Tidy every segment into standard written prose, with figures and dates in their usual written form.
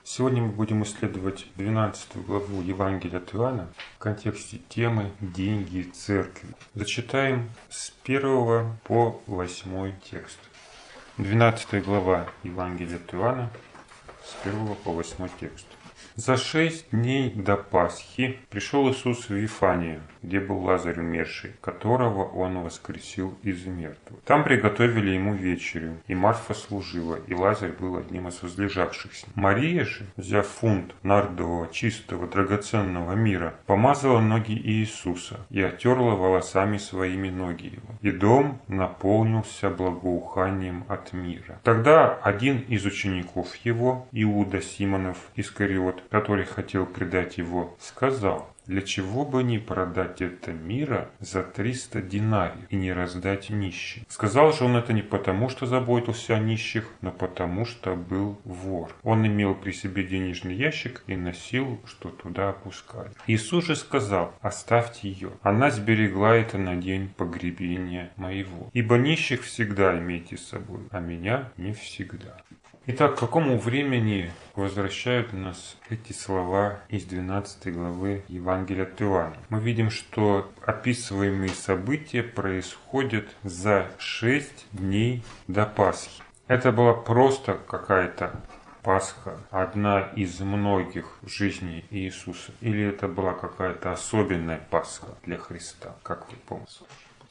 Сегодня мы будем исследовать 12 главу Евангелия от Иоанна в контексте темы «Деньги церкви». Зачитаем с 1 по 8 текст. 12 глава Евангелия от Иоанна с 1 по 8 текст. За 6 дней до Пасхи пришел Иисус в Вифанию, где был Лазарь умерший, которого Он воскресил из мертвых. Там приготовили ему вечерю, и Марфа служила, и Лазарь был одним из возлежавшихся. Мария же, взяв фунт нардового, чистого, драгоценного мира, помазала ноги Иисуса и оттерла волосами своими ноги его. И дом наполнился благоуханием от мира. Тогда один из учеников его, Иуда Симонов Искариот, который хотел предать его, сказал: «Для чего бы не продать это мира за 300 динариев и не раздать нищим?» Сказал же он это не потому, что заботился о нищих, но потому, что был вор. Он имел при себе денежный ящик и носил, что туда опускали. Иисус же сказал: «Оставьте ее, она сберегла это на день погребения моего. Ибо нищих всегда имейте с собой, а меня не всегда». Итак, к какому времени возвращают нас эти слова из 12 главы Евангелия от Иоанна? Мы видим, что описываемые события происходят за 6 дней до Пасхи. Это была просто какая-то Пасха, одна из многих в жизни Иисуса? Или это была какая-то особенная Пасха для Христа, как вы помните?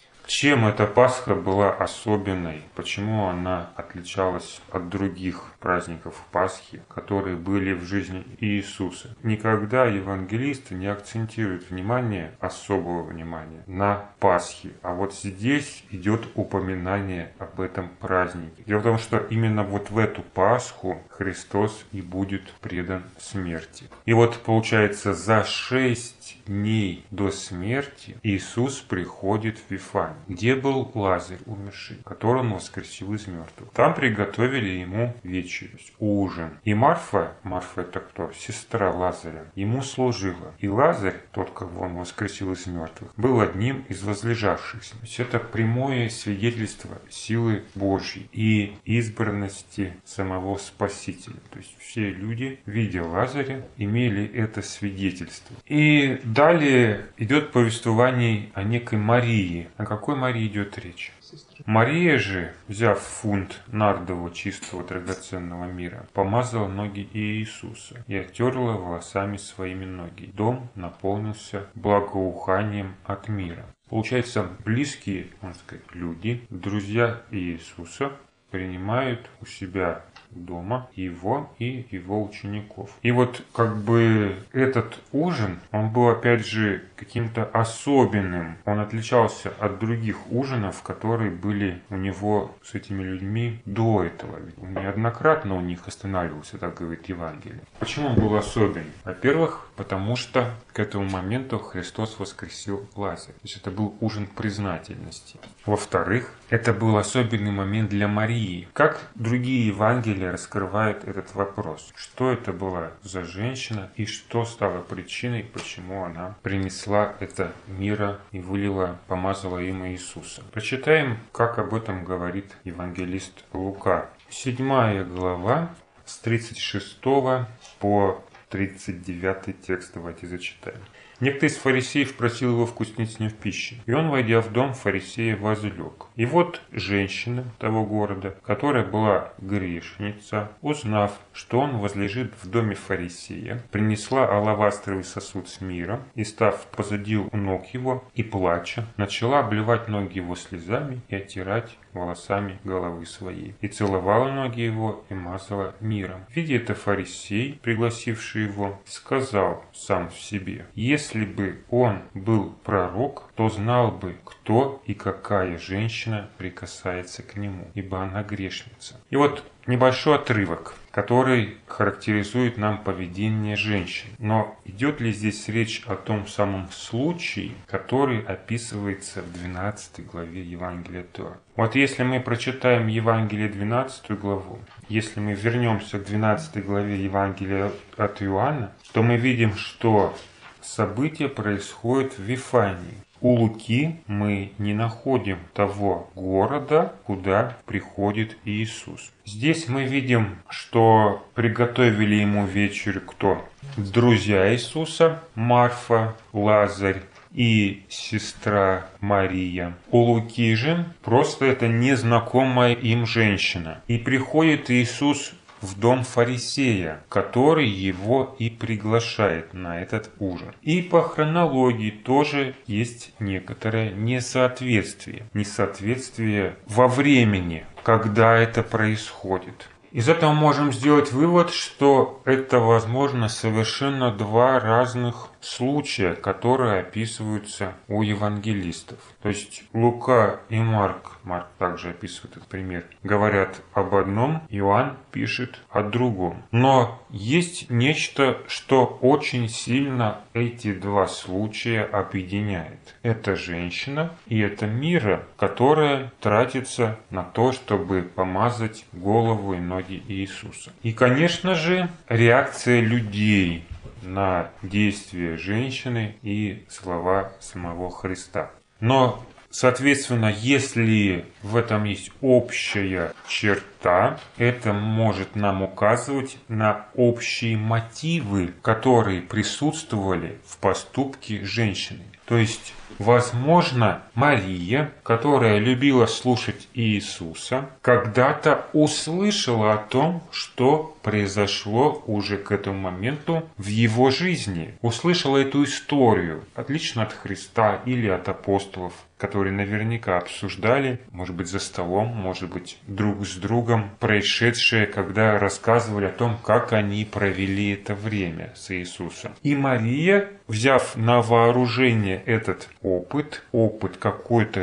Чем эта Пасха была особенной? Почему она отличалась от других праздников Пасхи, которые были в жизни Иисуса? Никогда евангелисты не акцентируют особого внимания на Пасхе. А вот здесь идет упоминание об этом празднике. Дело в том, что именно вот в эту Пасху Христос и будет предан смерти. И вот получается, за 6 дней до смерти Иисус приходит в Вифанию, где был Лазарь умерший, которого Он воскресил из мертвых. Там приготовили ему вечерю, ужин. И Марфа это кто? Сестра Лазаря, ему служила. И Лазарь, тот, кого Он воскресил из мертвых, был одним из возлежавшихся. То есть это прямое свидетельство силы Божьей и избранности самого Спасителя. То есть все люди, видя Лазаря, имели это свидетельство. И далее идет повествование о некой Марии. О какой Марии идет речь? Мария же, взяв фунт нардового чистого драгоценного мира, помазала ноги Иисуса и оттерла волосами своими ноги. Дом наполнился благоуханием от мира. Получается, близкие, можно сказать, люди, друзья Иисуса принимают у себя дома его и его учеников. И вот этот ужин, он был опять же каким-то особенным. Он отличался от других ужинов, которые были у него с этими людьми до этого. Ведь он неоднократно у них останавливался, так говорит Евангелие. Почему он был особенным? Во-первых, потому что к этому моменту Христос воскресил Лазаря. То есть это был ужин признательности. Во-вторых, это был особенный момент для Марии. Как другие Евангелия раскрывают этот вопрос? Что это была за женщина и что стало причиной, почему она принесла это мира и помазала им Иисуса? Прочитаем, как об этом говорит евангелист Лука. 7 глава с 36 по 39 текст. Давайте зачитаем. Некто из фарисеев просил его вкуснить с ним в пище, и он, войдя в дом фарисея, возлег. И вот женщина того города, которая была грешница, узнав, что он возлежит в доме фарисея, принесла алавастровый сосуд с миром и, став позади у ног его и плача, начала обливать ноги его слезами и оттирать волосами головы своей, и целовала ноги его и мазала миром. Видя это, фарисей, пригласивший его, сказал сам в себе: если бы он был пророк, то знал бы, кто и какая женщина прикасается к нему, ибо она грешница. И вот небольшой отрывок, который характеризует нам поведение женщин. Но идет ли здесь речь о том самом случае, который описывается в 12 главе Евангелия от Иоанна? Вот если мы прочитаем Евангелие 12 главу, если мы вернемся к 12 главе Евангелия от Иоанна, то мы видим, что события происходят в Вифании. у Луки мы не находим того города, куда приходит Иисус. Здесь мы видим, что приготовили ему вечерю кто? Друзья Иисуса, Марфа, Лазарь и сестра Мария. У Луки же просто это незнакомая им женщина. И приходит Иисус в дом фарисея, который его и приглашает на этот ужин. И по хронологии тоже есть некоторое несоответствие. Несоответствие во времени, когда это происходит. Из этого можем сделать вывод, что это, возможно, совершенно два разных случая, которые описываются у евангелистов. То есть Лука и Марк также описывают этот пример, говорят об одном, Иоанн пишет о другом. Но есть нечто, что очень сильно эти два случая объединяет. Это женщина и это мира, которая тратится на то, чтобы помазать голову и ноги Иисуса. И, конечно же, реакция людей на действия женщины и слова самого Христа. Но, соответственно, если в этом есть общая черта, это может нам указывать на общие мотивы, которые присутствовали в поступке женщины. То есть, возможно, Мария, которая любила слушать Иисуса, когда-то услышала о том, что произошло уже к этому моменту в его жизни. Услышала эту историю, отлично от Христа или от апостолов, которые наверняка обсуждали, может быть, за столом, может быть, друг с другом, происшедшее, когда рассказывали о том, как они провели это время с Иисусом. И Мария, взяв на вооружение этот опыт какой-то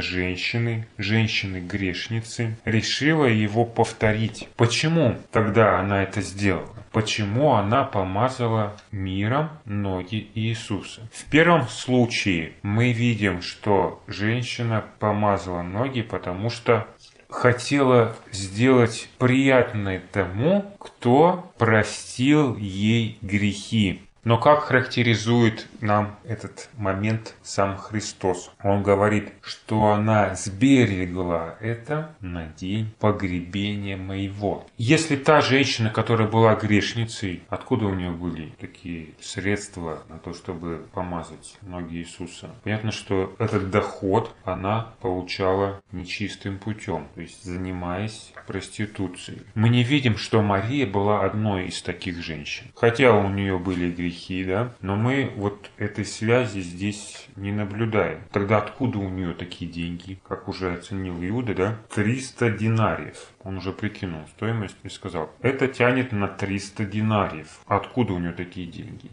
женщины-грешницы, решила его повторить. Почему тогда она это сделала? Почему она помазала миром ноги Иисуса? В первом случае мы видим, что женщина помазала ноги, потому что хотела сделать приятное тому, кто простил ей грехи. Но как характеризует нам этот момент сам Христос? Он говорит, что она сберегла это на день погребения моего. Если та женщина, которая была грешницей, откуда у нее были такие средства на то, чтобы помазать ноги Иисуса? Понятно, что этот доход она получала нечистым путем, то есть занимаясь проституцией. Мы не видим, что Мария была одной из таких женщин. Хотя у нее были грехи, да? Но мы вот этой связи здесь не наблюдаем. Тогда откуда у нее такие деньги? Как уже оценил Иуда, да? 300 динариев. Он уже прикинул стоимость и сказал, это тянет на 300 динариев. Откуда у нее такие деньги?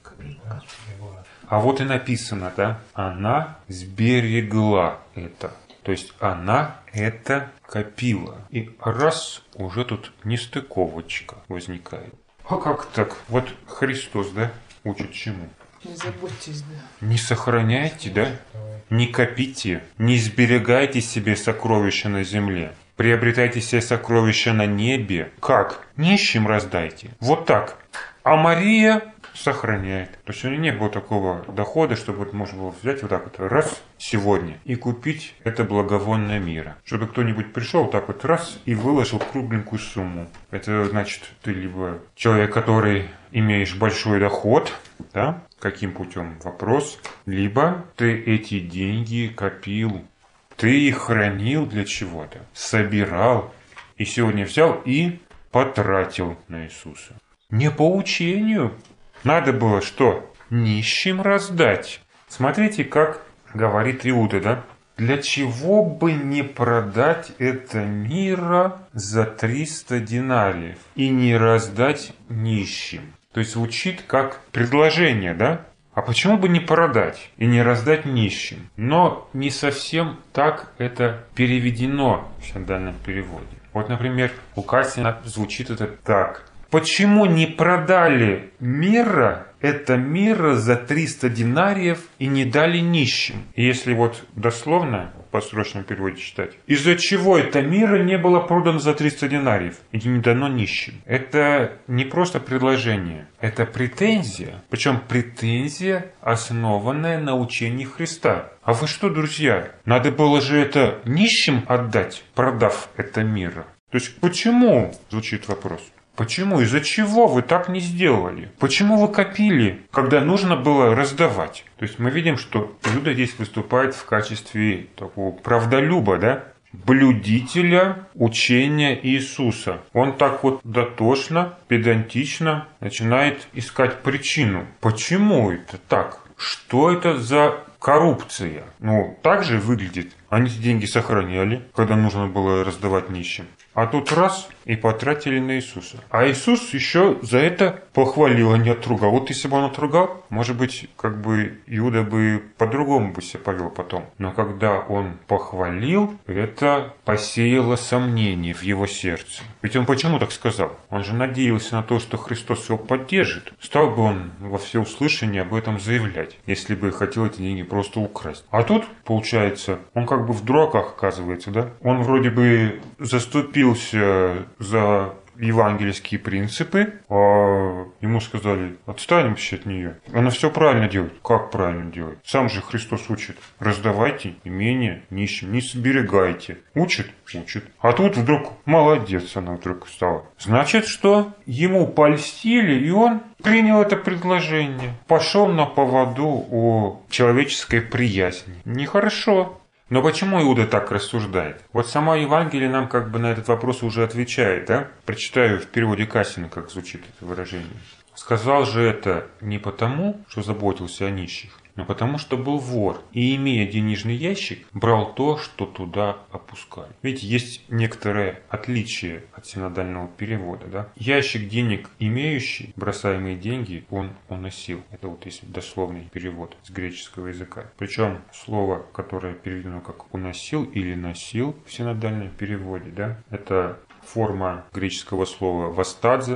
А вот и написано, да? Она сберегла это. То есть она это копила. И раз, уже тут нестыковочка возникает. А как так? Вот Христос, да, учит чему? Не заботьтесь, да. Не сохраняйте, да? Не копите, не сберегайте себе сокровища на земле. Приобретайте себе сокровища на небе. Как? Нищим раздайте. Вот так. А Мария сохраняет. То есть у нее не было такого дохода, чтобы вот можно было взять вот так вот раз сегодня и купить это благовонное мира. Чтобы кто-нибудь пришел так вот раз и выложил кругленькую сумму. Это значит, ты либо человек, который имеешь большой доход, да, каким путем вопрос, либо ты эти деньги копил, ты их хранил для чего-то, собирал и сегодня взял и потратил на Иисуса. Не по учению. Надо было что? Нищим раздать. Смотрите, как говорит Иуда, да? Для чего бы не продать это мира за 300 динариев и не раздать нищим? То есть звучит как предложение, да? А почему бы не продать и не раздать нищим? Но не совсем так это переведено в синодальном переводе. Вот, например, у Кассина звучит это так. Почему не продали это мира за 300 динариев и не дали нищим? И если вот дословно по срочному переводе читать. Из-за чего это мира не было продано за 300 динариев и не дано нищим? Это не просто предложение, это претензия. Причем претензия, основанная на учении Христа. А вы что, друзья, надо было же это нищим отдать, продав это мира? То есть почему, звучит вопрос, почему, из-за чего вы так не сделали? Почему вы копили, когда нужно было раздавать? То есть мы видим, что Иуда здесь выступает в качестве такого правдолюба, да? Блюдителя учения Иисуса. Он так вот дотошно, педантично начинает искать причину. Почему это так? Что это за коррупция? Ну, так же выглядит. Они эти деньги сохраняли, когда нужно было раздавать нищим. А тут раз и потратили на Иисуса. А Иисус еще за это похвалил, а не отругал. Вот если бы он отругал, может быть, как бы Иуда бы по-другому бы себя повел потом. Но когда он похвалил, это посеяло сомнение в его сердце. Ведь он почему так сказал? Он же надеялся на то, что Христос его поддержит. Стал бы он во всеуслышание об этом заявлять, если бы хотел эти деньги просто украсть. А тут, получается, он как бы в дураках оказывается, да? Он вроде бы заступился за евангельские принципы, а ему сказали, отстань вообще от нее. Она все правильно делает. Как правильно делает? Сам же Христос учит. Раздавайте имение нищим, не сберегайте. Учит? Учит. А тут вдруг молодец она вдруг стала. Значит, что ему польстили, и он принял это предложение. Пошел на поводу у человеческой приязни. Нехорошо. Но почему Иуда так рассуждает? Вот сама Евангелие нам как бы на этот вопрос уже отвечает, да? Прочитаю в переводе Кассина, как звучит это выражение. Сказал же это не потому, что заботился о нищих, но потому, что был вор, и, имея денежный ящик, брал то, что туда опускали. Видите, есть некоторое отличие от синодального перевода. Да? Ящик денег имеющий, бросаемые деньги, он уносил. Это вот если дословный перевод с греческого языка. Причем слово, которое переведено как «уносил» или «носил» в синодальном переводе, да, это форма греческого слова «вастадзе»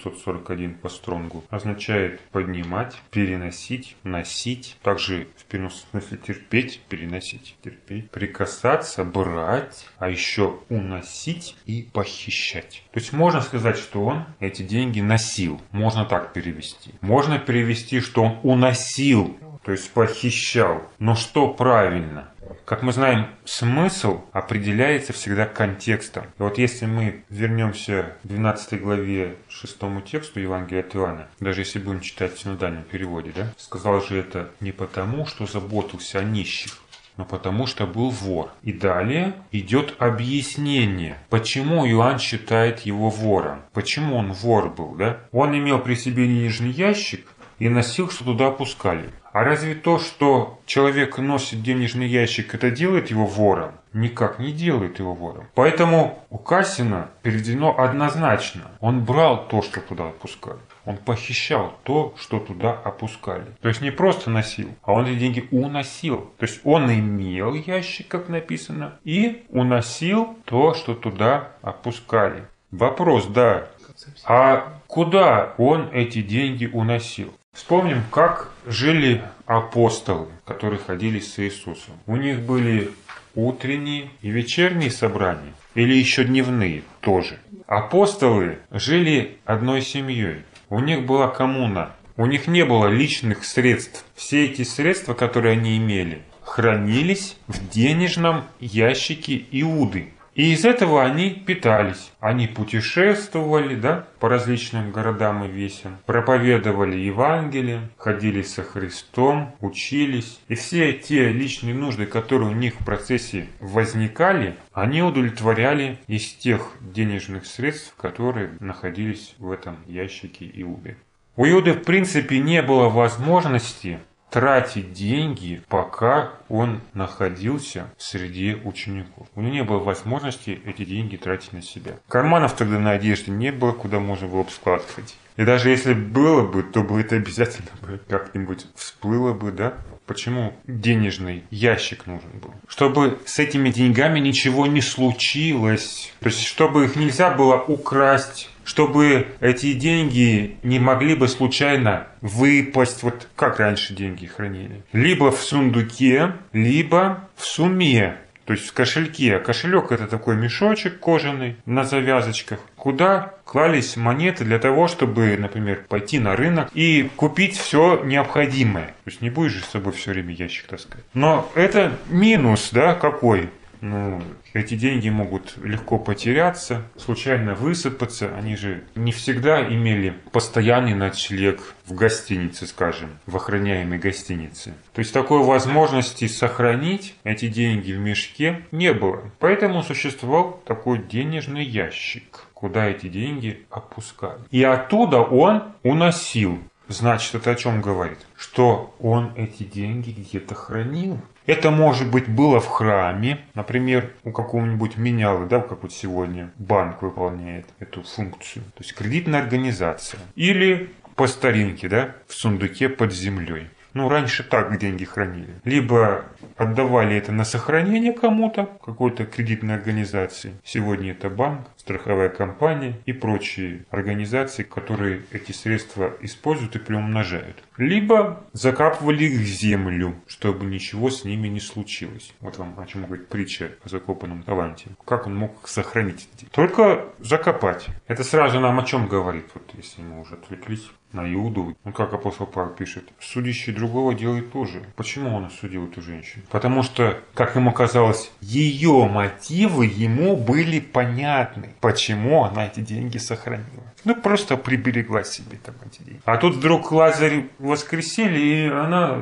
941 по Стронгу означает поднимать, переносить, носить. Также в переносном смысле терпеть, переносить, терпеть, прикасаться, брать, а еще уносить и похищать. То есть можно сказать, что он эти деньги носил. Можно так перевести. Можно перевести, что он уносил, то есть похищал. Но что правильно? Как мы знаем, смысл определяется всегда контекстом. И вот если мы вернемся к 12 главе 6 тексту Евангелия от Иоанна, даже если будем читать в синодальном переводе, да, сказал же это не потому, что заботился о нищих, но потому что был вор. И далее идет объяснение, почему Иоанн считает его вором. Почему он вор был, да? Он имел при себе денежный ящик и носил, что туда опускали. А разве то, что человек носит денежный ящик, это делает его вором? Никак не делает его вором. Поэтому у Кассина переведено однозначно. Он брал то, что туда опускали. Он похищал то, что туда опускали. То есть не просто носил, а он эти деньги уносил. То есть он имел ящик, как написано, и уносил то, что туда опускали. Вопрос, да. А куда он эти деньги уносил? Вспомним, как жили апостолы, которые ходили с Иисусом. У них были утренние и вечерние собрания, или еще дневные тоже. Апостолы жили одной семьей. У них была коммуна. У них не было личных средств. Все эти средства, которые они имели, хранились в денежном ящике Иуды. И из этого они питались. Они путешествовали, да, по различным городам и весям, проповедовали Евангелие, ходили со Христом, учились. И все те личные нужды, которые у них в процессе возникали, они удовлетворяли из тех денежных средств, которые находились в этом ящике Иуды. У Иуды, в принципе, не было возможности тратить деньги, пока он находился среди учеников. У него не было возможности эти деньги тратить на себя. Карманов тогда на одежде не было, куда можно было бы складывать. И даже если было бы, то бы это обязательно бы как-нибудь всплыло бы, да? Почему денежный ящик нужен был? Чтобы с этими деньгами ничего не случилось. То есть, чтобы их нельзя было украсть. Чтобы эти деньги не могли бы случайно выпасть, вот как раньше деньги хранили. Либо в сундуке, либо в суме. то есть в кошельке. Кошелек — это такой мешочек кожаный на завязочках, куда клались монеты для того, чтобы, например, пойти на рынок и купить все необходимое. То есть не будешь же с собой все время ящик таскать. Но это минус, да, какой? Ну, эти деньги могут легко потеряться, случайно высыпаться. Они же не всегда имели постоянный ночлег в гостинице, скажем, в охраняемой гостинице. То есть такой возможности сохранить эти деньги в мешке не было. Поэтому существовал такой денежный ящик, куда эти деньги опускали. И оттуда он уносил. Значит, это о чем говорит? Что он эти деньги где-то хранил. Это, может быть, было в храме, например, у какого-нибудь менялы, да, как вот сегодня банк выполняет эту функцию, то есть кредитная организация. Или по старинке, да, в сундуке под землей. Ну, раньше так деньги хранили. Либо отдавали это на сохранение кому-то, какой-то кредитной организации. Сегодня это банк, страховая компания и прочие организации, которые эти средства используют и приумножают. Либо закапывали их в землю, чтобы ничего с ними не случилось. Вот вам о чем говорит притча о закопанном таланте. Как он мог сохранить эти? Только закопать. Это сразу нам о чем говорит, вот если мы уже отвлеклись на Иуду. Ну, как апостол Павел пишет, судящий другого делает тоже. Почему он осудил эту женщину? Потому что, как ему казалось, ее мотивы ему были понятны. Почему она эти деньги сохранила? Ну, просто приберегла себе там эти деньги. А тут вдруг Лазарь воскресили, и она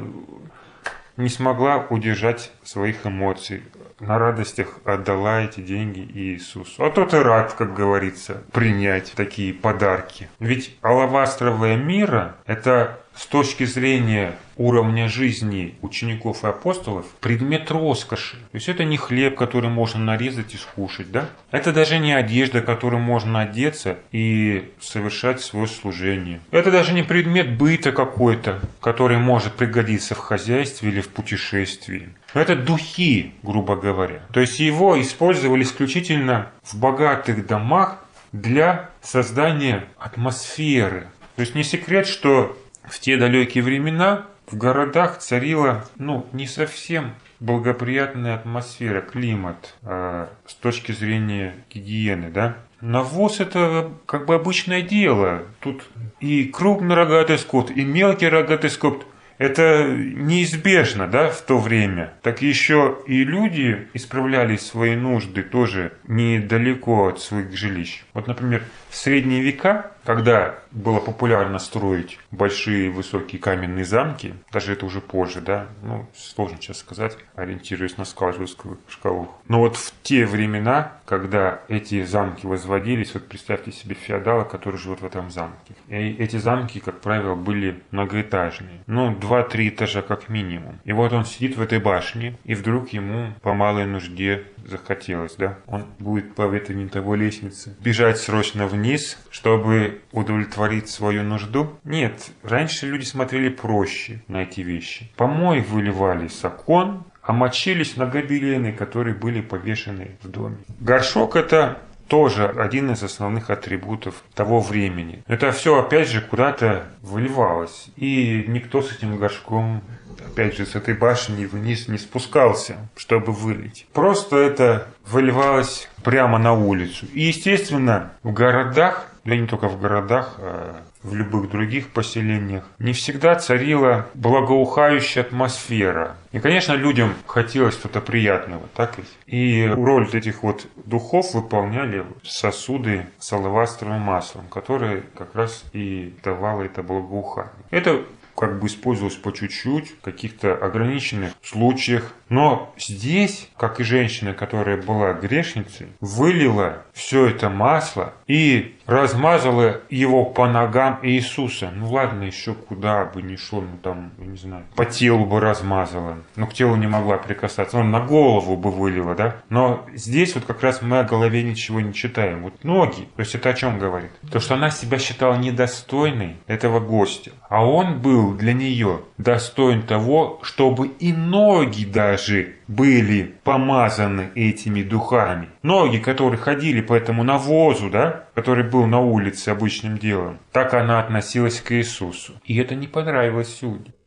не смогла удержать своих эмоций. На радостях отдала эти деньги Иисусу. А тот и рад, как говорится, принять такие подарки. Ведь алавастровая мира – это с точки зрения уровня жизни учеников и апостолов предмет роскоши. То есть это не хлеб, который можно нарезать и скушать, да? Это даже не одежда, которой можно одеться и совершать свое служение. Это даже не предмет быта какой-то, который может пригодиться в хозяйстве или в путешествии. Это духи, грубо говоря. То есть его использовали исключительно в богатых домах для создания атмосферы. То есть не секрет, что в те далекие времена в городах царила, не совсем благоприятная атмосфера, климат с точки зрения гигиены, да. Навоз — это как бы обычное дело. Тут и крупный рогатый скот, и мелкий рогатый скот. Это неизбежно, да, в то время. Так еще и люди исправляли свои нужды тоже недалеко от своих жилищ. Вот, например, в средние века, когда было популярно строить большие высокие каменные замки, даже это уже позже, да, сложно сейчас сказать, ориентируясь на скальжевскую шкалу. Но вот в те времена, когда эти замки возводились, вот представьте себе феодала, который живет в этом замке. И эти замки, как правило, были многоэтажные. 2-3 этажа как минимум. И вот он сидит в этой башне, и вдруг ему по малой нужде захотелось, да? Он будет по этой винтовой лестнице бежать срочно вниз, чтобы удовлетворить свою нужду? Нет, раньше люди смотрели проще на эти вещи. Помои выливали с окон, а мочились на гобелены, которые были повешены в доме. Горшок — это тоже один из основных атрибутов того времени. Это все, опять же, куда-то выливалось. И никто с этим горшком, опять же, с этой башни вниз не спускался, чтобы вылить. Просто это выливалось прямо на улицу. И, естественно, в городах, да не только в городах, а в любых других поселениях, не всегда царила благоухающая атмосфера. И, конечно, людям хотелось что-то приятного, так ведь? И роль этих вот духов выполняли сосуды с алавастровым маслом, которое как раз и давало это благоухание. Это как бы использовалось по чуть-чуть, в каких-то ограниченных случаях. Но здесь, как и женщина, которая была грешницей, вылила все это масло и размазала его по ногам Иисуса. Ладно, еще куда бы ни шло, я не знаю, по телу бы размазала. Но к телу не могла прикасаться. На голову бы вылила, да? Но здесь вот как раз мы о голове ничего не читаем. Вот ноги. То есть это о чем говорит? То, что она себя считала недостойной этого гостя. А он был для нее достоин того, чтобы и ноги даже были помазаны этими духами. Ноги, которые ходили по этому навозу, да, который был на улице обычным делом. Так она относилась к Иисусу. И это не понравилось людям.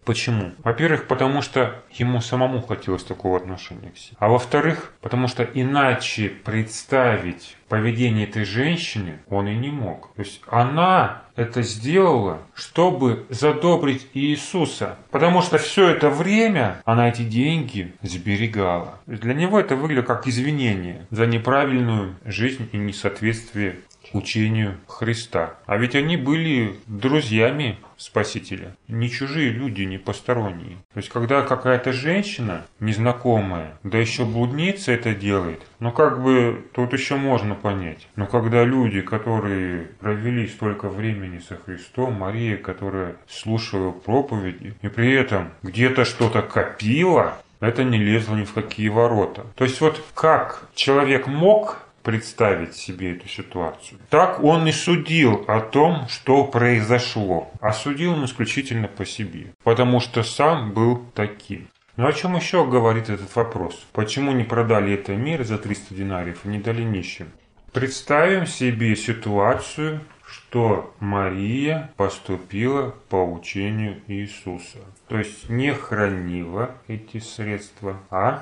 Почему? Во-первых, потому что ему самому хотелось такого отношения к себе. А во-вторых, потому что иначе представить поведение этой женщины он и не мог. То есть она это сделала, чтобы задобрить Иисуса. Потому что все это время она эти деньги сберегала. Для него это выглядело как извинение за неправильную жизнь и несоответствие учению Христа. А ведь они были друзьями Спасителя. Не чужие люди, не посторонние. То есть, когда какая-то женщина незнакомая, да еще блудница это делает, ну как бы тут еще можно понять. Но когда люди, которые провели столько времени со Христом, Мария, которая слушала проповеди, и при этом где-то что-то копила, это не лезло ни в какие ворота. То есть вот как человек мог представить себе эту ситуацию, так он и судил о том, что произошло. А судил он исключительно по себе, потому что сам был таким. Но о чем еще говорит этот вопрос? Почему не продали это мир за 300 динариев и не дали нищим? Представим себе ситуацию, что Мария поступила по учению Иисуса. То есть не хранила эти средства, а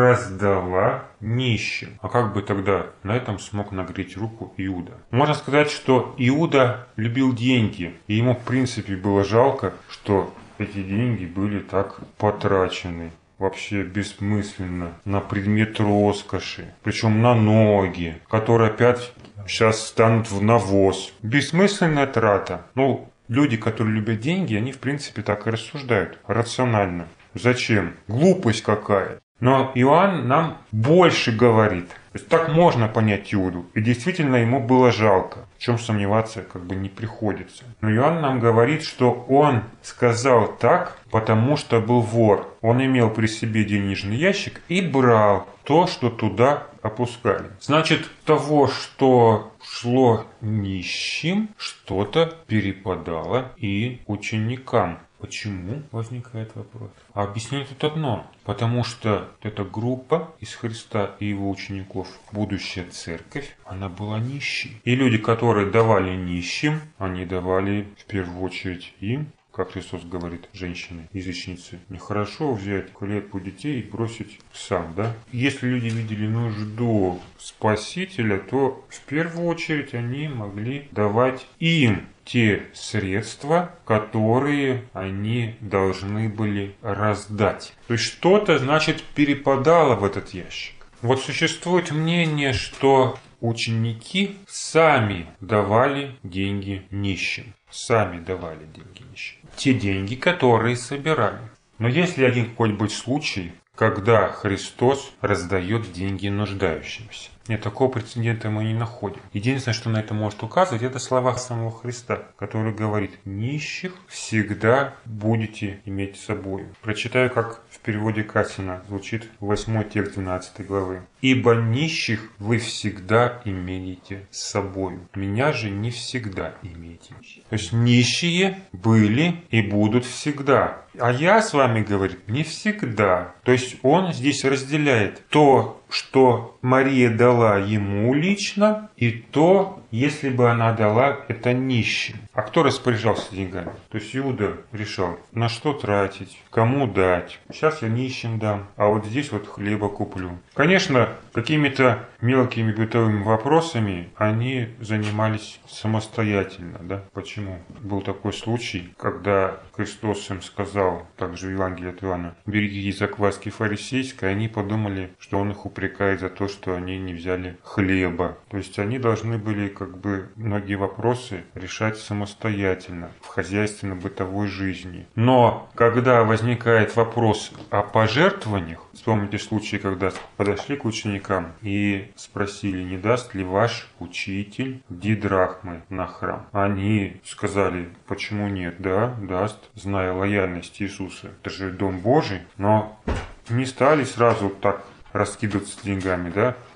раздала нищим. А как бы тогда на этом смог нагреть руку Иуда? Можно сказать, что Иуда любил деньги, и ему в принципе было жалко, что эти деньги были так потрачены. Вообще бессмысленно, на предмет роскоши, причем на ноги, которые опять сейчас станут в навоз. Бессмысленная трата. Ну, люди, которые любят деньги, они в принципе так и рассуждают, рационально. Зачем? Глупость какая. Но Иоанн нам больше говорит. То есть так можно понять Иуду. И действительно ему было жалко. В чем сомневаться как бы не приходится. Но Иоанн нам говорит, что он сказал так, потому что был вор. Он имел при себе денежный ящик и брал то, что туда опускали. Значит, того, что шло нищим, что-то перепадало и ученикам. Почему? Возникает вопрос. А объяснение тут одно. Потому что эта группа из Христа и его учеников, будущая церковь, она была нищей. И люди, которые давали нищим, они давали в первую очередь им. Как Христос говорит, женщины, язычницы, нехорошо взять клетку детей и бросить сам, да? Если люди видели нужду Спасителя, то в первую очередь они могли давать им те средства, которые они должны были раздать. То есть что-то, значит, перепадало в этот ящик. Вот существует мнение, что ученики сами давали деньги нищим. Сами давали деньги нищим. Те деньги, которые собирали. Но есть ли один какой-нибудь случай, когда Христос раздает деньги нуждающимся? Нет, такого прецедента мы не находим. Единственное, что на это может указывать, это слова самого Христа, который говорит: нищих всегда будете иметь с собой. Прочитаю, как в переводе Катина звучит 8 текст 12 главы. «Ибо нищих вы всегда имеете с собой. Меня же не всегда имеете». То есть нищие были и будут всегда. А я с вами, говорит, не всегда. То есть он здесь разделяет то, что Мария дала ему лично, и то, если бы она дала это нищим. А кто распоряжался деньгами? То есть Иуда решал, на что тратить, кому дать. Сейчас я нищим дам, а вот здесь вот хлеба куплю. Конечно, какими-то мелкими бытовыми вопросами они занимались самостоятельно. Да? Почему? Был такой случай, когда Христос им сказал, также в Евангелии от Иоанна, берегитесь закваски фарисейской, они подумали, что он их упрекает за то, что они не взяли хлеба. То есть они должны были как бы многие вопросы решать самостоятельно в хозяйственно-бытовой жизни. Но когда возникает вопрос о пожертвованиях, вспомните случай, когда подошли к ученикам и спросили, не даст ли ваш учитель дидрахмы на храм. Они сказали, почему нет? Да, даст, зная лояльность Иисуса. Это же Дом Божий, но не стали сразу так раскидываться деньгами, да?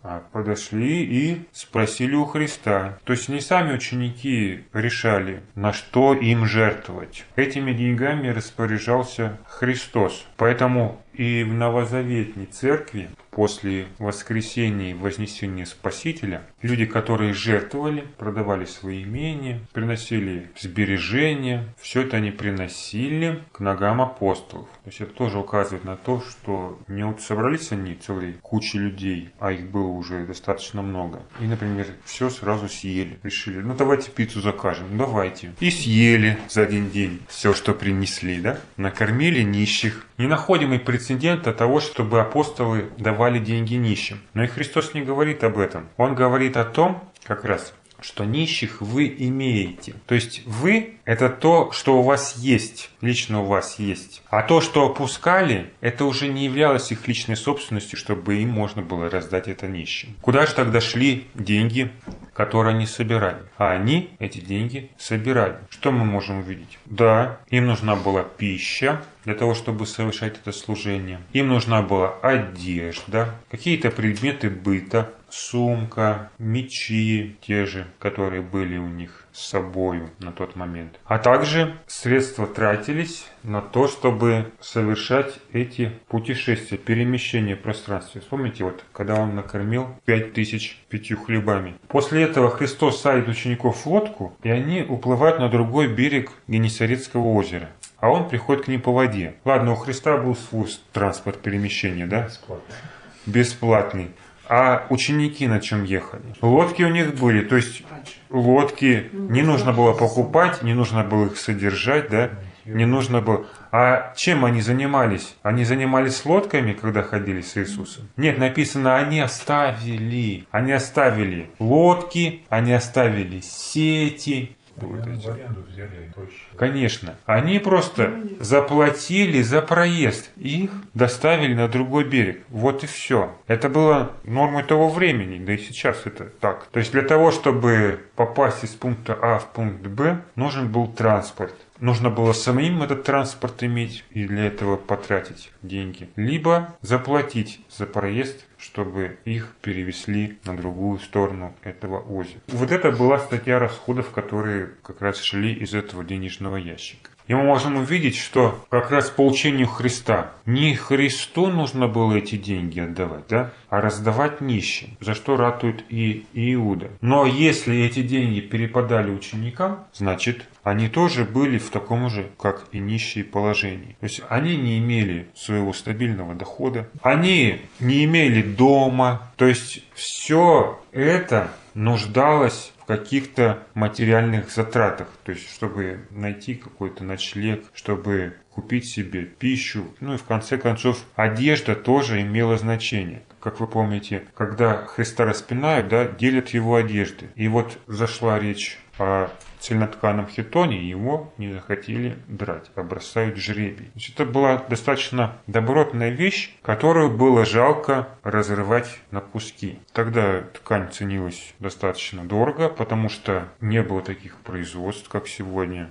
а подошли и спросили у Христа. То есть не сами ученики решали, на что им жертвовать. Этими деньгами распоряжался Христос. Поэтому и в новозаветной церкви после воскресения и вознесения Спасителя люди, которые жертвовали, продавали свои имения, приносили сбережения, все это они приносили к ногам апостолов. То есть это тоже указывает на то, что не вот собрались они целой кучей людей, а их было уже достаточно много. И, например, все сразу съели. Решили, ну давайте пиццу закажем, ну давайте. И съели за один день все, что принесли, да? Накормили нищих. Не находим и прецедента того, чтобы апостолы давали деньги нищим. Но и Христос не говорит об этом. Он говорит о том, как раз, что нищих вы имеете. То есть вы – это то, что у вас есть, лично у вас есть. А то, что опускали, это уже не являлось их личной собственностью, чтобы им можно было раздать это нищим. Куда же тогда шли деньги, которые они собирали? А они эти деньги собирали. Что мы можем увидеть? Да, им нужна была пища для того, чтобы совершать это служение. Им нужна была одежда, какие-то предметы быта, сумка, мечи, те же, которые были у них с собою на тот момент. А также средства тратились на то, чтобы совершать эти путешествия, перемещения в пространстве. Вспомните, вот, когда он накормил 5000 5 хлебами. После этого Христос садит учеников в лодку, и они уплывают на другой берег Генесарецкого озера. А он приходит к ним по воде. Ладно, у Христа был свой транспорт перемещения, да? Бесплатный. А ученики на чем ехали? Лодки у них были, то есть лодки не нужно было покупать, не нужно было их содержать, да? Не нужно было. А чем они занимались? Они занимались лодками, когда ходили с Иисусом? Нет, написано, они оставили. Они оставили лодки, они оставили сети. Конечно. Они просто заплатили за проезд. Их доставили на другой берег. Вот и все. Это было нормой того времени. Да и сейчас это так. То есть для того, чтобы попасть из пункта А в пункт Б, нужен был транспорт. Нужно было самим этот транспорт иметь и для этого потратить деньги. Либо заплатить за проезд, чтобы их перевезли на другую сторону этого озера. Вот это была статья расходов, которые как раз шли из этого денежного ящика. И мы можем увидеть, что как раз по учению Христа не Христу нужно было эти деньги отдавать, да, а раздавать нищим, за что ратует и Иуда. Но если эти деньги перепадали ученикам, значит, они тоже были в таком же, как и нищие, положении. То есть они не имели своего стабильного дохода, они не имели дома, то есть все это нуждалось в каких-то материальных затратах, то есть чтобы найти какой-то ночлег, чтобы купить себе пищу, ну и в конце концов одежда тоже имела значение. Как вы помните, когда Христа распинают, да, делят его одежды. И вот зашла речь о цельнотканом хитоне, его не захотели драть, а бросают жребий. Значит, это была достаточно добротная вещь, которую было жалко разрывать на куски. Тогда ткань ценилась достаточно дорого, потому что не было таких производств, как сегодня.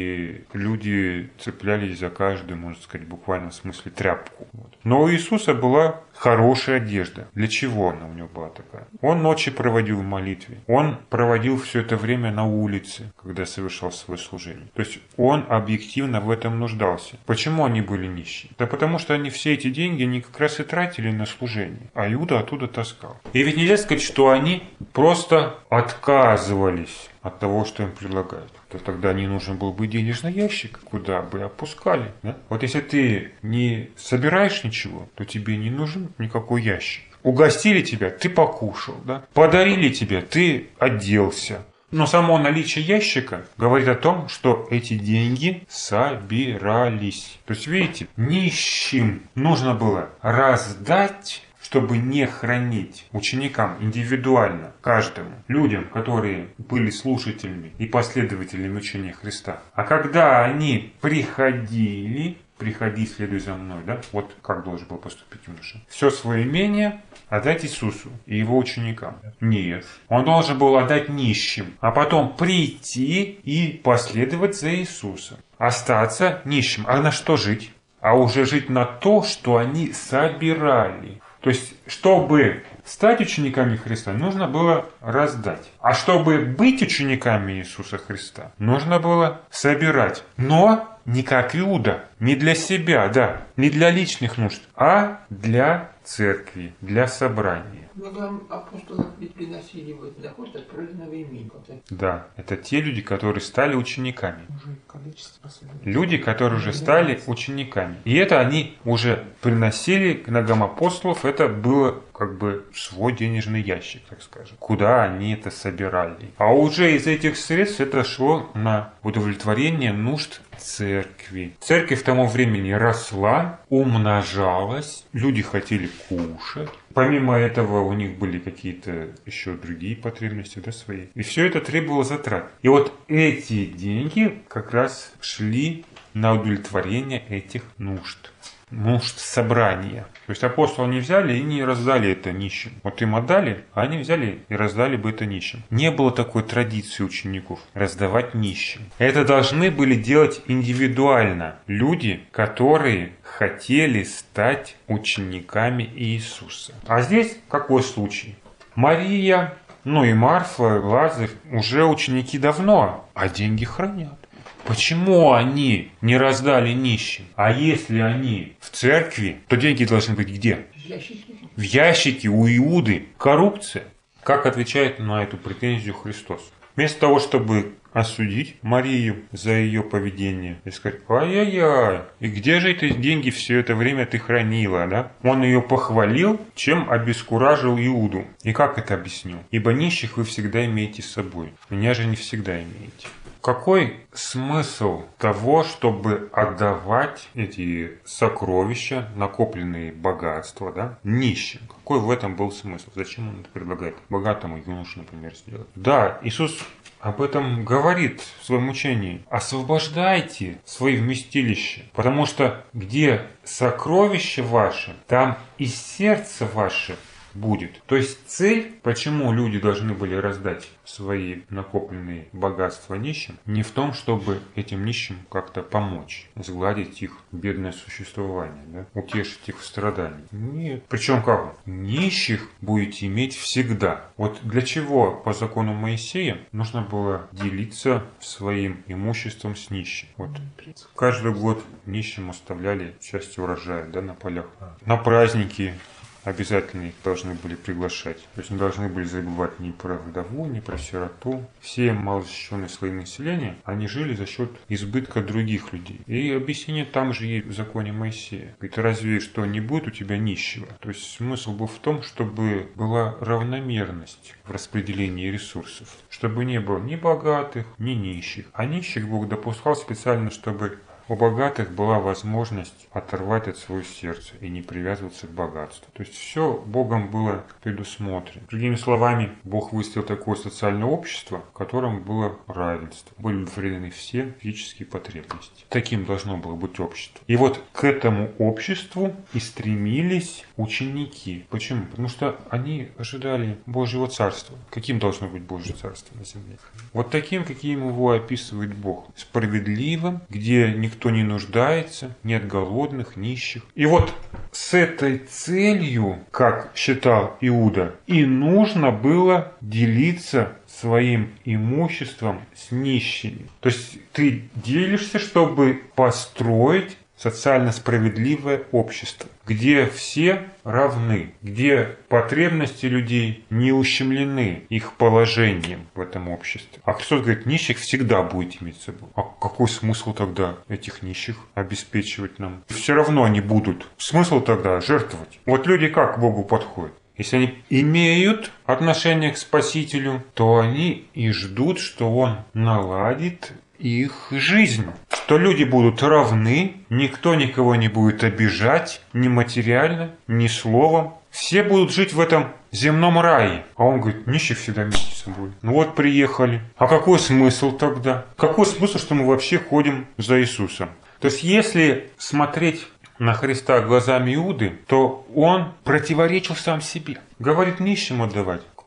И люди цеплялись за каждую, можно сказать, буквально в смысле тряпку. Но у Иисуса была хорошая одежда. Для чего она у него была такая? Он ночи проводил в молитве. Он проводил все это время на улице, когда совершал свое служение. То есть он объективно в этом нуждался. Почему они были нищие? Да потому что они все эти деньги они как раз и тратили на служение. А Иуда оттуда таскал. И ведь нельзя сказать, что они просто отказывались от того, что им предлагают. То тогда не нужен был бы денежный ящик, куда бы опускали. Да? Вот если ты не собираешь ничего, то тебе не нужен никакой ящик. Угостили тебя, ты покушал. Да? Подарили тебе, ты оделся. Но само наличие ящика говорит о том, что эти деньги собирались. То есть, видите, нищим нужно было раздать, чтобы не хранить ученикам индивидуально, каждому, людям, которые были слушателями и последователями учения Христа. А когда они приходили, приходи, следуй за мной, да? Вот как должен был поступить юноша. Все свое имение отдать Иисусу и его ученикам. Нет. Он должен был отдать нищим, а потом прийти и последовать за Иисусом. Остаться нищим. А на что жить? А уже жить на то, что они собирали. То есть, чтобы стать учениками Христа, нужно было раздать. А чтобы быть учениками Иисуса Христа, нужно было собирать. Но не как Иуда, не для себя, да, не для личных нужд, а для церкви, для собрания. Многим апостолов ведь приносили вот доход от проданного имени. Да, это те люди, которые стали учениками. Уже количество Люди, которые уже стали учениками. И это они уже приносили к ногам апостолов, это было как бы свой денежный ящик, так скажем, куда они это собирали. А уже из этих средств это шло на удовлетворение нужд церкви. Церковь в тому времени росла, умножалась, люди хотели кушать. Помимо этого у них были какие-то еще другие потребности, да, свои. И все это требовало затрат. И вот эти деньги как раз шли на удовлетворение этих нужд. Нужд собрания. То есть апостолы не взяли и не раздали это нищим. Вот им отдали, а они взяли и раздали бы это нищим. Не было такой традиции учеников раздавать нищим. Это должны были делать индивидуально люди, которые хотели стать учениками Иисуса. А здесь какой случай? Мария, и Марфа, Лазарь уже ученики давно, а деньги хранят. Почему они не раздали нищим? А если они в церкви, то деньги должны быть где? В ящике у Иуды. Коррупция. Как отвечает на эту претензию Христос? Вместо того, чтобы осудить Марию за ее поведение и сказать: ай-яй-яй, и где же эти деньги все это время ты хранила, да? Он ее похвалил, чем обескуражил Иуду. И как это объяснил? Ибо нищих вы всегда имеете с собой, меня же не всегда имеете. Какой смысл того, чтобы отдавать эти сокровища, накопленные богатства, да, нищим? Какой в этом был смысл? Зачем он это предлагает? Богатому юноше, например, сделать. Да, Иисус об этом говорит в своем учении. Освобождайте свои вместилища, потому что где сокровища ваши, там и сердце ваше будет. То есть цель, почему люди должны были раздать свои накопленные богатства нищим, не в том, чтобы этим нищим как-то помочь, сгладить их бедное существование, да? Утешить их в страдании. Нет. Причем как? Нищих будете иметь всегда. Вот для чего по закону Моисея нужно было делиться своим имуществом с нищим? Вот. Каждый год нищим оставляли часть урожая, да, на полях. На праздники обязательно их должны были приглашать. То есть не должны были забывать ни про вдову, ни про сироту. Все малозащищенные слои населения, они жили за счет избытка других людей. И объяснение там же есть в законе Моисея. Говорит, разве что не будет у тебя нищего? То есть смысл был в том, чтобы была равномерность в распределении ресурсов. Чтобы не было ни богатых, ни нищих. А нищих Бог допускал специально, чтобы у богатых была возможность оторвать от своего сердца и не привязываться к богатству. То есть все Богом было предусмотрено. Другими словами, Бог выставил такое социальное общество, в котором было равенство. Были удовлетворены все физические потребности. Таким должно было быть общество. И вот к этому обществу и стремились ученики. Почему? Потому что они ожидали Божьего Царства. Каким должно быть Божье Царство на земле? Вот таким, каким его описывает Бог. Справедливым, где никто не нуждается, нет голодных, нищих. И вот с этой целью, как считал Иуда, и нужно было делиться своим имуществом с нищими. То есть ты делишься, чтобы построить социально справедливое общество, где все равны, где потребности людей не ущемлены их положением в этом обществе. А Христос говорит, нищих всегда будет иметь с собой. А какой смысл тогда этих нищих обеспечивать нам? Все равно они будут. Смысл тогда жертвовать. Вот люди как к Богу подходят? Если они имеют отношение к Спасителю, то они и ждут, что Он наладит их жизнь. Что люди будут равны, никто никого не будет обижать, ни материально, ни словом. Все будут жить в этом земном рае. А он говорит, нищих всегда имейте с собой. Ну вот приехали. А какой смысл тогда? Какой смысл, что мы вообще ходим за Иисусом? То есть если смотреть на Христа глазами Иуды, то он противоречил сам себе. Говорит, нищим отдавать.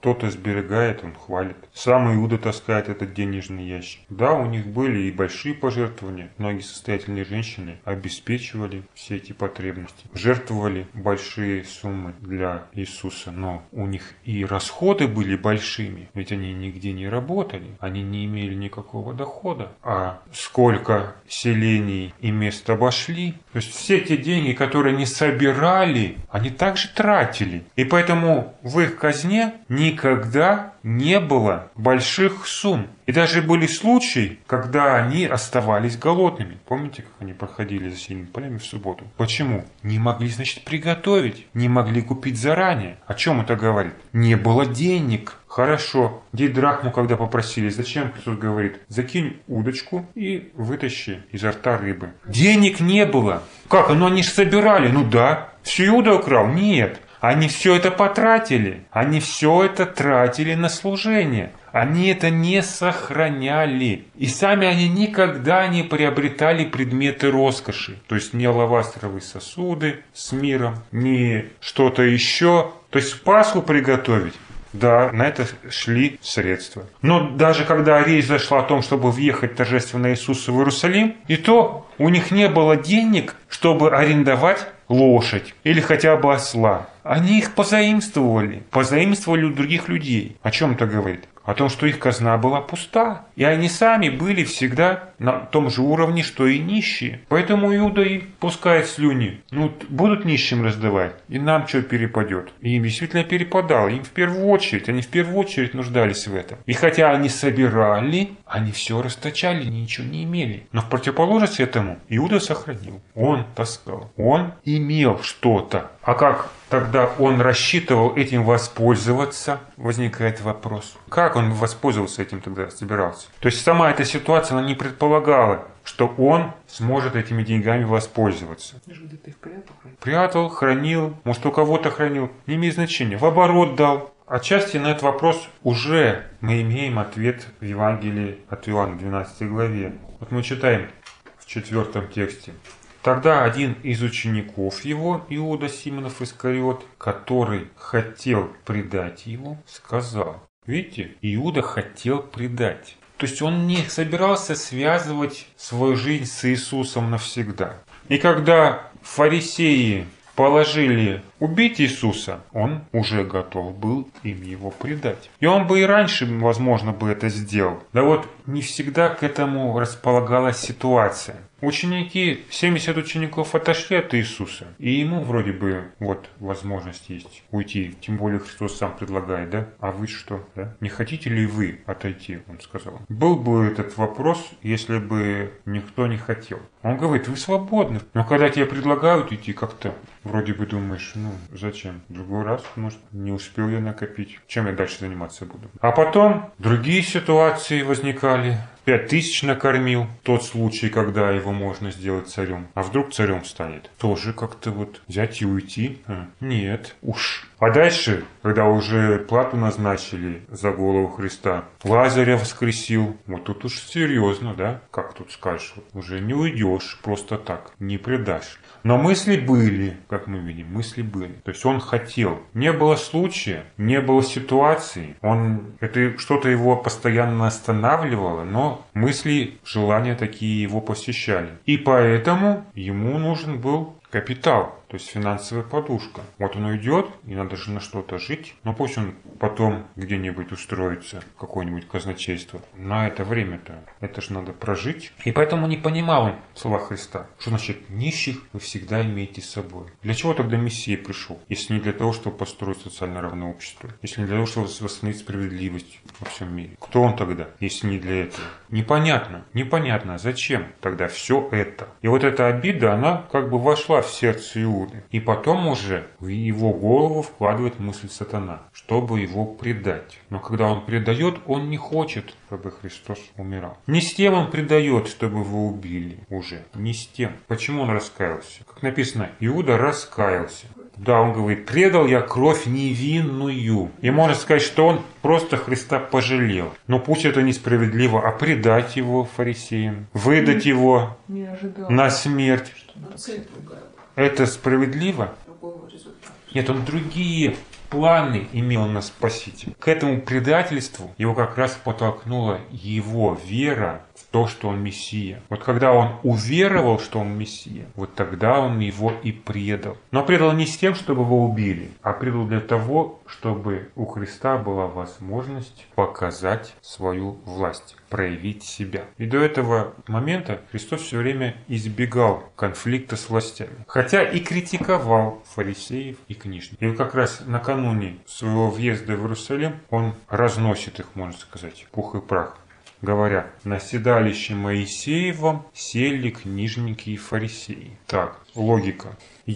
Кто-то сберегает, он хвалит. Сам Иуда таскает этот денежный ящик. Да, у них были и большие пожертвования. Многие состоятельные женщины обеспечивали все эти потребности. Жертвовали большие суммы для Иисуса. Но у них и расходы были большими. Ведь они нигде не работали. Они не имели никакого дохода. А сколько селений и мест обошли. То есть все те деньги, которые они собирали, они также тратили. И поэтому в их казне никогда не было больших сумм. И даже были случаи, когда они оставались голодными. Помните, как они проходили за сильными полями в субботу? Почему? Не могли, значит, приготовить. Не могли купить заранее. О чем это говорит? Не было денег. Хорошо. Дидрахму, когда попросили, зачем Иисус говорит? Закинь удочку и вытащи изо рта рыбы. Денег не было. Как? Ну они же собирали. Ну да. Все Иуда украл? Нет. Они все это потратили. Они все это тратили на служение. Они это не сохраняли. И сами они никогда не приобретали предметы роскоши. То есть не алавастровые сосуды с миром, не что-то еще. То есть Пасху приготовить. Да, на это шли средства. Но даже когда речь зашла о том, чтобы въехать торжественно Иисусу в Иерусалим, и то у них не было денег, чтобы арендовать лошадь или хотя бы осла. Они их позаимствовали у других людей. О чем это говорит? О том, что их казна была пуста. И они сами были всегда на том же уровне, что и нищие. Поэтому Иуда и пускает слюни. Ну, будут нищим раздавать, и нам что перепадет. И им действительно перепадало. Им в первую очередь, они в первую очередь нуждались в этом. И хотя они собирали, они все расточали, ничего не имели. Но в противоположность этому Иуда сохранил. Он таскал. Он имел что-то. А как тогда он рассчитывал этим воспользоваться? Возникает вопрос. Как он воспользовался этим тогда, собирался? То есть сама эта ситуация, она не предполагала, что он сможет этими деньгами воспользоваться. Прятал, хранил, может у кого-то хранил. Не имеет значения. В оборот дал. Отчасти на этот вопрос уже мы имеем ответ в Евангелии от Иоанна, 12 главе. Вот мы читаем в 4 тексте. Тогда один из учеников его, Иуда Симонов Искариот, который хотел предать его, сказал. Видите, Иуда хотел предать. То есть он не собирался связывать свою жизнь с Иисусом навсегда. И когда фарисеи положили убить Иисуса, он уже готов был им его предать. И он бы и раньше, возможно, бы это сделал. Да вот не всегда к этому располагалась ситуация. Ученики, 70 учеников отошли от Иисуса, и ему вроде бы вот возможность есть уйти. Тем более Христос сам предлагает, да? А вы что, да? Не хотите ли вы отойти, он сказал. Был бы этот вопрос, если бы никто не хотел. Он говорит, вы свободны. Но когда тебе предлагают идти, как-то вроде бы думаешь, ну зачем? В другой раз, может, не успел я накопить. Чем я дальше заниматься буду? А потом другие ситуации возникали. 5000 накормил. Тот случай, когда его можно сделать царем. А вдруг царем станет? Тоже как-то вот взять и уйти? Нет. Уж. А дальше, когда уже плату назначили за голову Христа, Лазаря воскресил. Вот тут уж серьезно, да? Как тут скажешь? Уже не уйдешь просто так. Не предашь. Но мысли были, как мы видим, мысли были. То есть он хотел. Не было случая, не было ситуации. Это что-то его постоянно останавливало, но мысли, желания такие его посещали. И поэтому ему нужен был капитал, то есть финансовая подушка. Вот он уйдет, и надо же на что-то жить. Но пусть он потом где-нибудь устроится, в какое-нибудь казначейство. На это время-то, это же надо прожить. И поэтому не понимал он слова Христа. Что значит нищих вы всегда имеете с собой? Для чего тогда Мессия пришел? Если не для того, чтобы построить социально равное общество. Если не для того, чтобы восстановить справедливость во всем мире. Кто он тогда, если не для этого? Непонятно, зачем тогда все это? И вот эта обида, она как бы вошла в сердце Иуды. И потом уже в его голову вкладывает мысль сатана, чтобы его предать. Но когда он предает, он не хочет, чтобы Христос умирал. Не с тем он предает, чтобы его убили уже. Не с тем. Почему он раскаялся? Как написано, Иуда раскаялся. Да, он говорит, предал я кровь невинную. И можно сказать, что он просто Христа пожалел. Но пусть это несправедливо, а предать его фарисеям, выдать его на смерть. Это справедливо? Нет, он другие планы имел нас спасить. К этому предательству его как раз подтолкнула его вера в то, что он Мессия. Вот когда он уверовал, что он Мессия, вот тогда он его и предал. Но предал не с тем, чтобы его убили, а предал для того, чтобы у Христа была возможность показать свою власть, проявить себя. И до этого момента Христос все время избегал конфликта с властями. Хотя и критиковал фарисеев и книжников. И как раз накануне своего въезда в Иерусалим он разносит их, можно сказать, пух и прах, говоря: «На седалище Моисеевом сели книжники и фарисеи». Так, логика.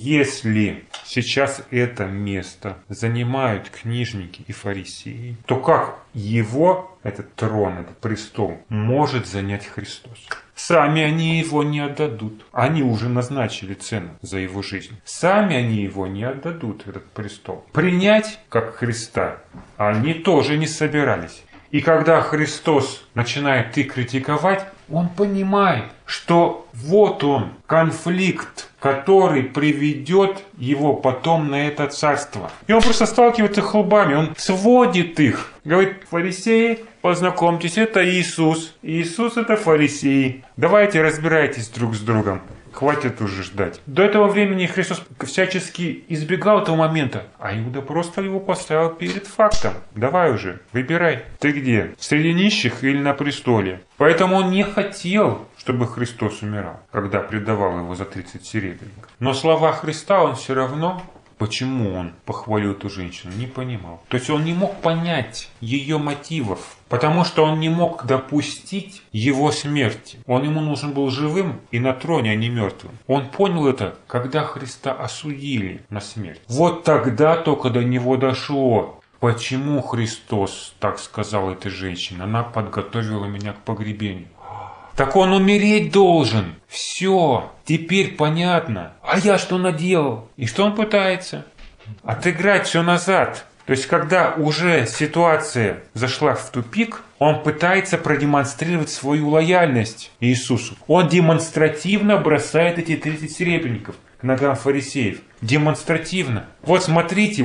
Если сейчас это место занимают книжники и фарисеи, то как его, этот трон, этот престол, может занять Христос? Сами они его не отдадут. Они уже назначили цену за его жизнь. Сами они его не отдадут, этот престол. Принять, как Христа, они тоже не собирались. И когда Христос начинает их критиковать, он понимает, что вот он, конфликт, который приведет его потом на это царство. И он просто сталкивается их лбами, он сводит их. Говорит: фарисеи, познакомьтесь, это Иисус. Иисус — это фарисеи. Давайте разбирайтесь друг с другом. Хватит уже ждать. До этого времени Христос всячески избегал этого момента, а Иуда просто его поставил перед фактом. Давай уже, выбирай. Ты где? Среди нищих или на престоле? Поэтому он не хотел, чтобы Христос умирал, когда предавал его за 30 серебряников. Но слова Христа он все равно... Почему он похвалил эту женщину, не понимал. То есть он не мог понять ее мотивов, потому что он не мог допустить его смерти. Ему нужен был живым и на троне, а не мертвым. Он понял это, когда Христа осудили на смерть. Вот тогда только до него дошло. Почему Христос так сказал этой женщине? Она подготовила меня к погребению. Так он умереть должен. Все, теперь понятно. А я что наделал? И что он пытается? Отыграть все назад. То есть, когда уже ситуация зашла в тупик, он пытается продемонстрировать свою лояльность Иисусу. Он демонстративно бросает эти 30 серебряников к ногам фарисеев. Демонстративно. Вот смотрите,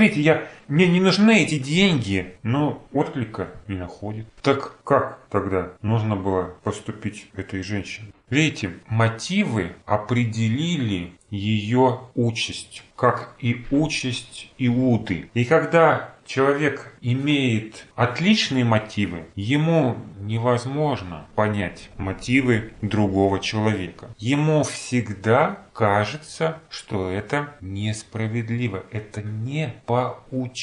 мне не нужны эти деньги. Но отклика не находит. Так как тогда нужно было поступить этой женщине? Видите, мотивы определили ее участь, как и участь Иуды. И когда человек имеет отличные мотивы, ему невозможно понять мотивы другого человека. Ему всегда кажется, что это несправедливо, это не по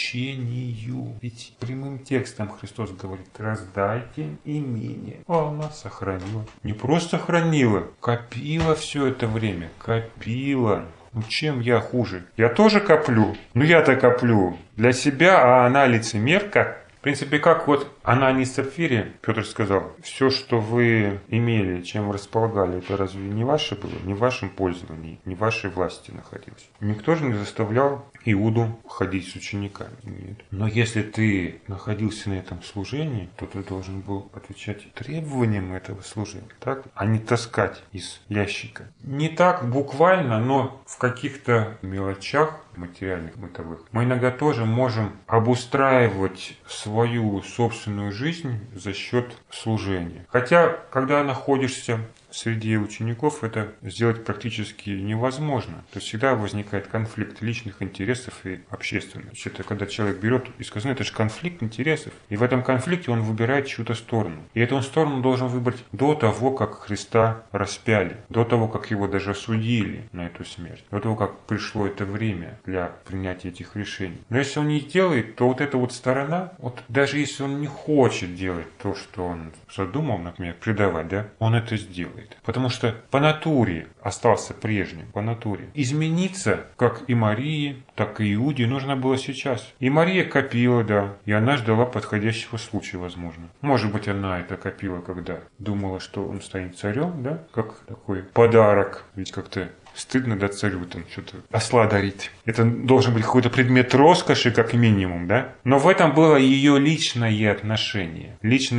учению. Ведь прямым текстом Христос говорит: раздайте имение. А она сохранила. Не просто хранила, копила все это время, копила. Ну чем я хуже? Я тоже коплю. Ну я-то коплю для себя, а она лицемерка. В принципе, как вот Анании и Сапфире Петр сказал: все, что вы имели, чем вы располагали, это разве не ваше было? Не в вашем пользовании, не в вашей власти находилось. Никто же не заставлял Иуду ходить с учениками. Нет. Но если ты находился на этом служении, то ты должен был отвечать требованиям этого служения, так? А не таскать из ящика. Не так буквально, но в каких-то мелочах материальных, бытовых, мы иногда тоже можем обустраивать свою собственную жизнь за счет служения. Хотя, когда находишься среди учеников, это сделать практически невозможно. То есть всегда возникает конфликт личных интересов и общественных. Это когда человек берет и сказано: это же конфликт интересов. И в этом конфликте он выбирает чью-то сторону. И эту сторону должен выбрать до того, как Христа распяли, до того, как его даже осудили на эту смерть, до того, как пришло это время для принятия этих решений. Но если он не делает, то вот эта вот сторона, вот даже если он не хочет делать то, что он задумал, например, предавать, да, он это сделает. Потому что по натуре остался прежним, по натуре. Измениться, как и Марии, так и Иуде, нужно было сейчас. И Мария копила, да, и она ждала подходящего случая, возможно. Может быть, она это копила, когда думала, что он станет царем, да, как такой подарок. Ведь как-то стыдно, да, царю там что-то осла дарить. Это должен быть какой-то предмет роскоши, как минимум, да? Но в этом было ее личное отношение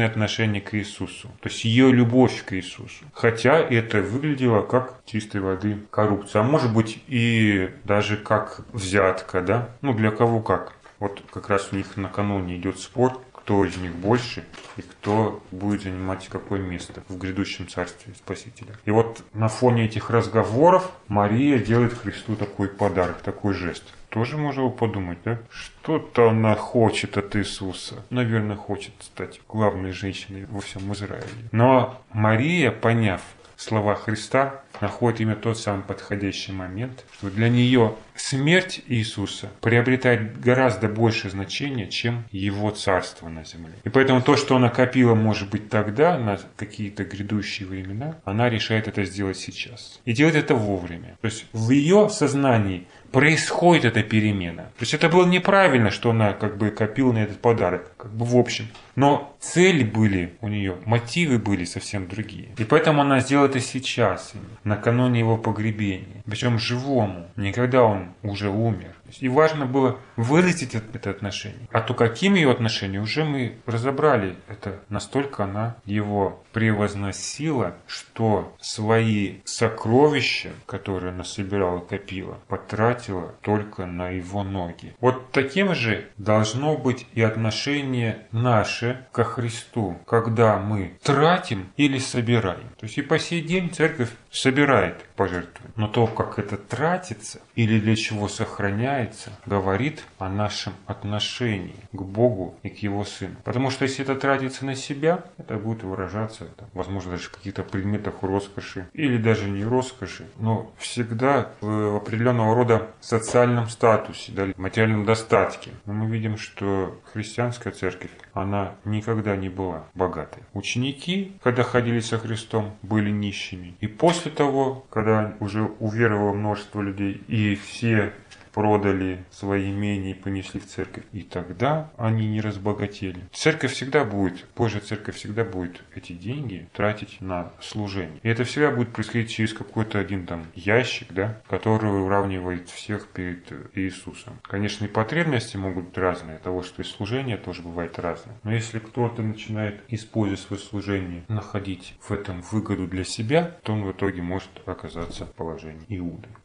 к Иисусу. То есть ее любовь к Иисусу. Хотя это выглядело как чистой воды коррупция. А может быть и даже как взятка, да? Ну, для кого как. Вот как раз у них накануне идет спор, кто из них больше и кто будет занимать какое место в грядущем царстве Спасителя. И вот на фоне этих разговоров Мария делает Христу такой подарок, такой жест. Тоже можно подумать, да? Что-то она хочет от Иисуса. Наверное, хочет стать главной женщиной во всем Израиле. Но Мария, поняв слова Христа, находит именно тот самый подходящий момент, что для нее смерть Иисуса приобретает гораздо большее значение, чем его царство на земле. И поэтому то, что она копила, может быть, тогда, на какие-то грядущие времена, она решает это сделать сейчас. И делает это вовремя. То есть в ее сознании происходит эта перемена. То есть это было неправильно, что она как бы копила на этот подарок, как бы в общем. Но цели были у нее, мотивы были совсем другие. И поэтому она сделала это сейчас, накануне его погребения. Причем живому, не когда он уже умер. И важно было выразить это отношение. А то, каким ее отношение, уже мы разобрали. Это настолько она его превозносила, что свои сокровища, которые она собирала, копила, потратила только на его ноги. Вот таким же должно быть и отношение наше ко Христу, когда мы тратим или собираем. То есть и по сей день церковь собирает пожертвования. Но то, как это тратится или для чего сохраняется, говорит о нашем отношении к Богу и к Его Сыну. Потому что если это тратится на себя, это будет выражаться, возможно, даже в каких-то предметах роскоши или даже не роскоши, но всегда в определенного рода социальном статусе, да, материальном достатке. Но мы видим, что христианская церковь, она никогда не была богатой. Ученики, когда ходили со Христом, были нищими. И после того, когда уже уверовало множество людей, и все продали свои имения и понесли в церковь, и тогда они не разбогатели. Церковь всегда будет, Божья церковь всегда будет эти деньги тратить на служение. И это всегда будет происходить через какой-то один там ящик, да, который уравнивает всех перед Иисусом. Конечно, и потребности могут быть разные, того, что и служение тоже бывает разное. Но если кто-то начинает, используя свое служение, находить в этом выгоду для себя, то он в итоге может оказаться в положении Иуды.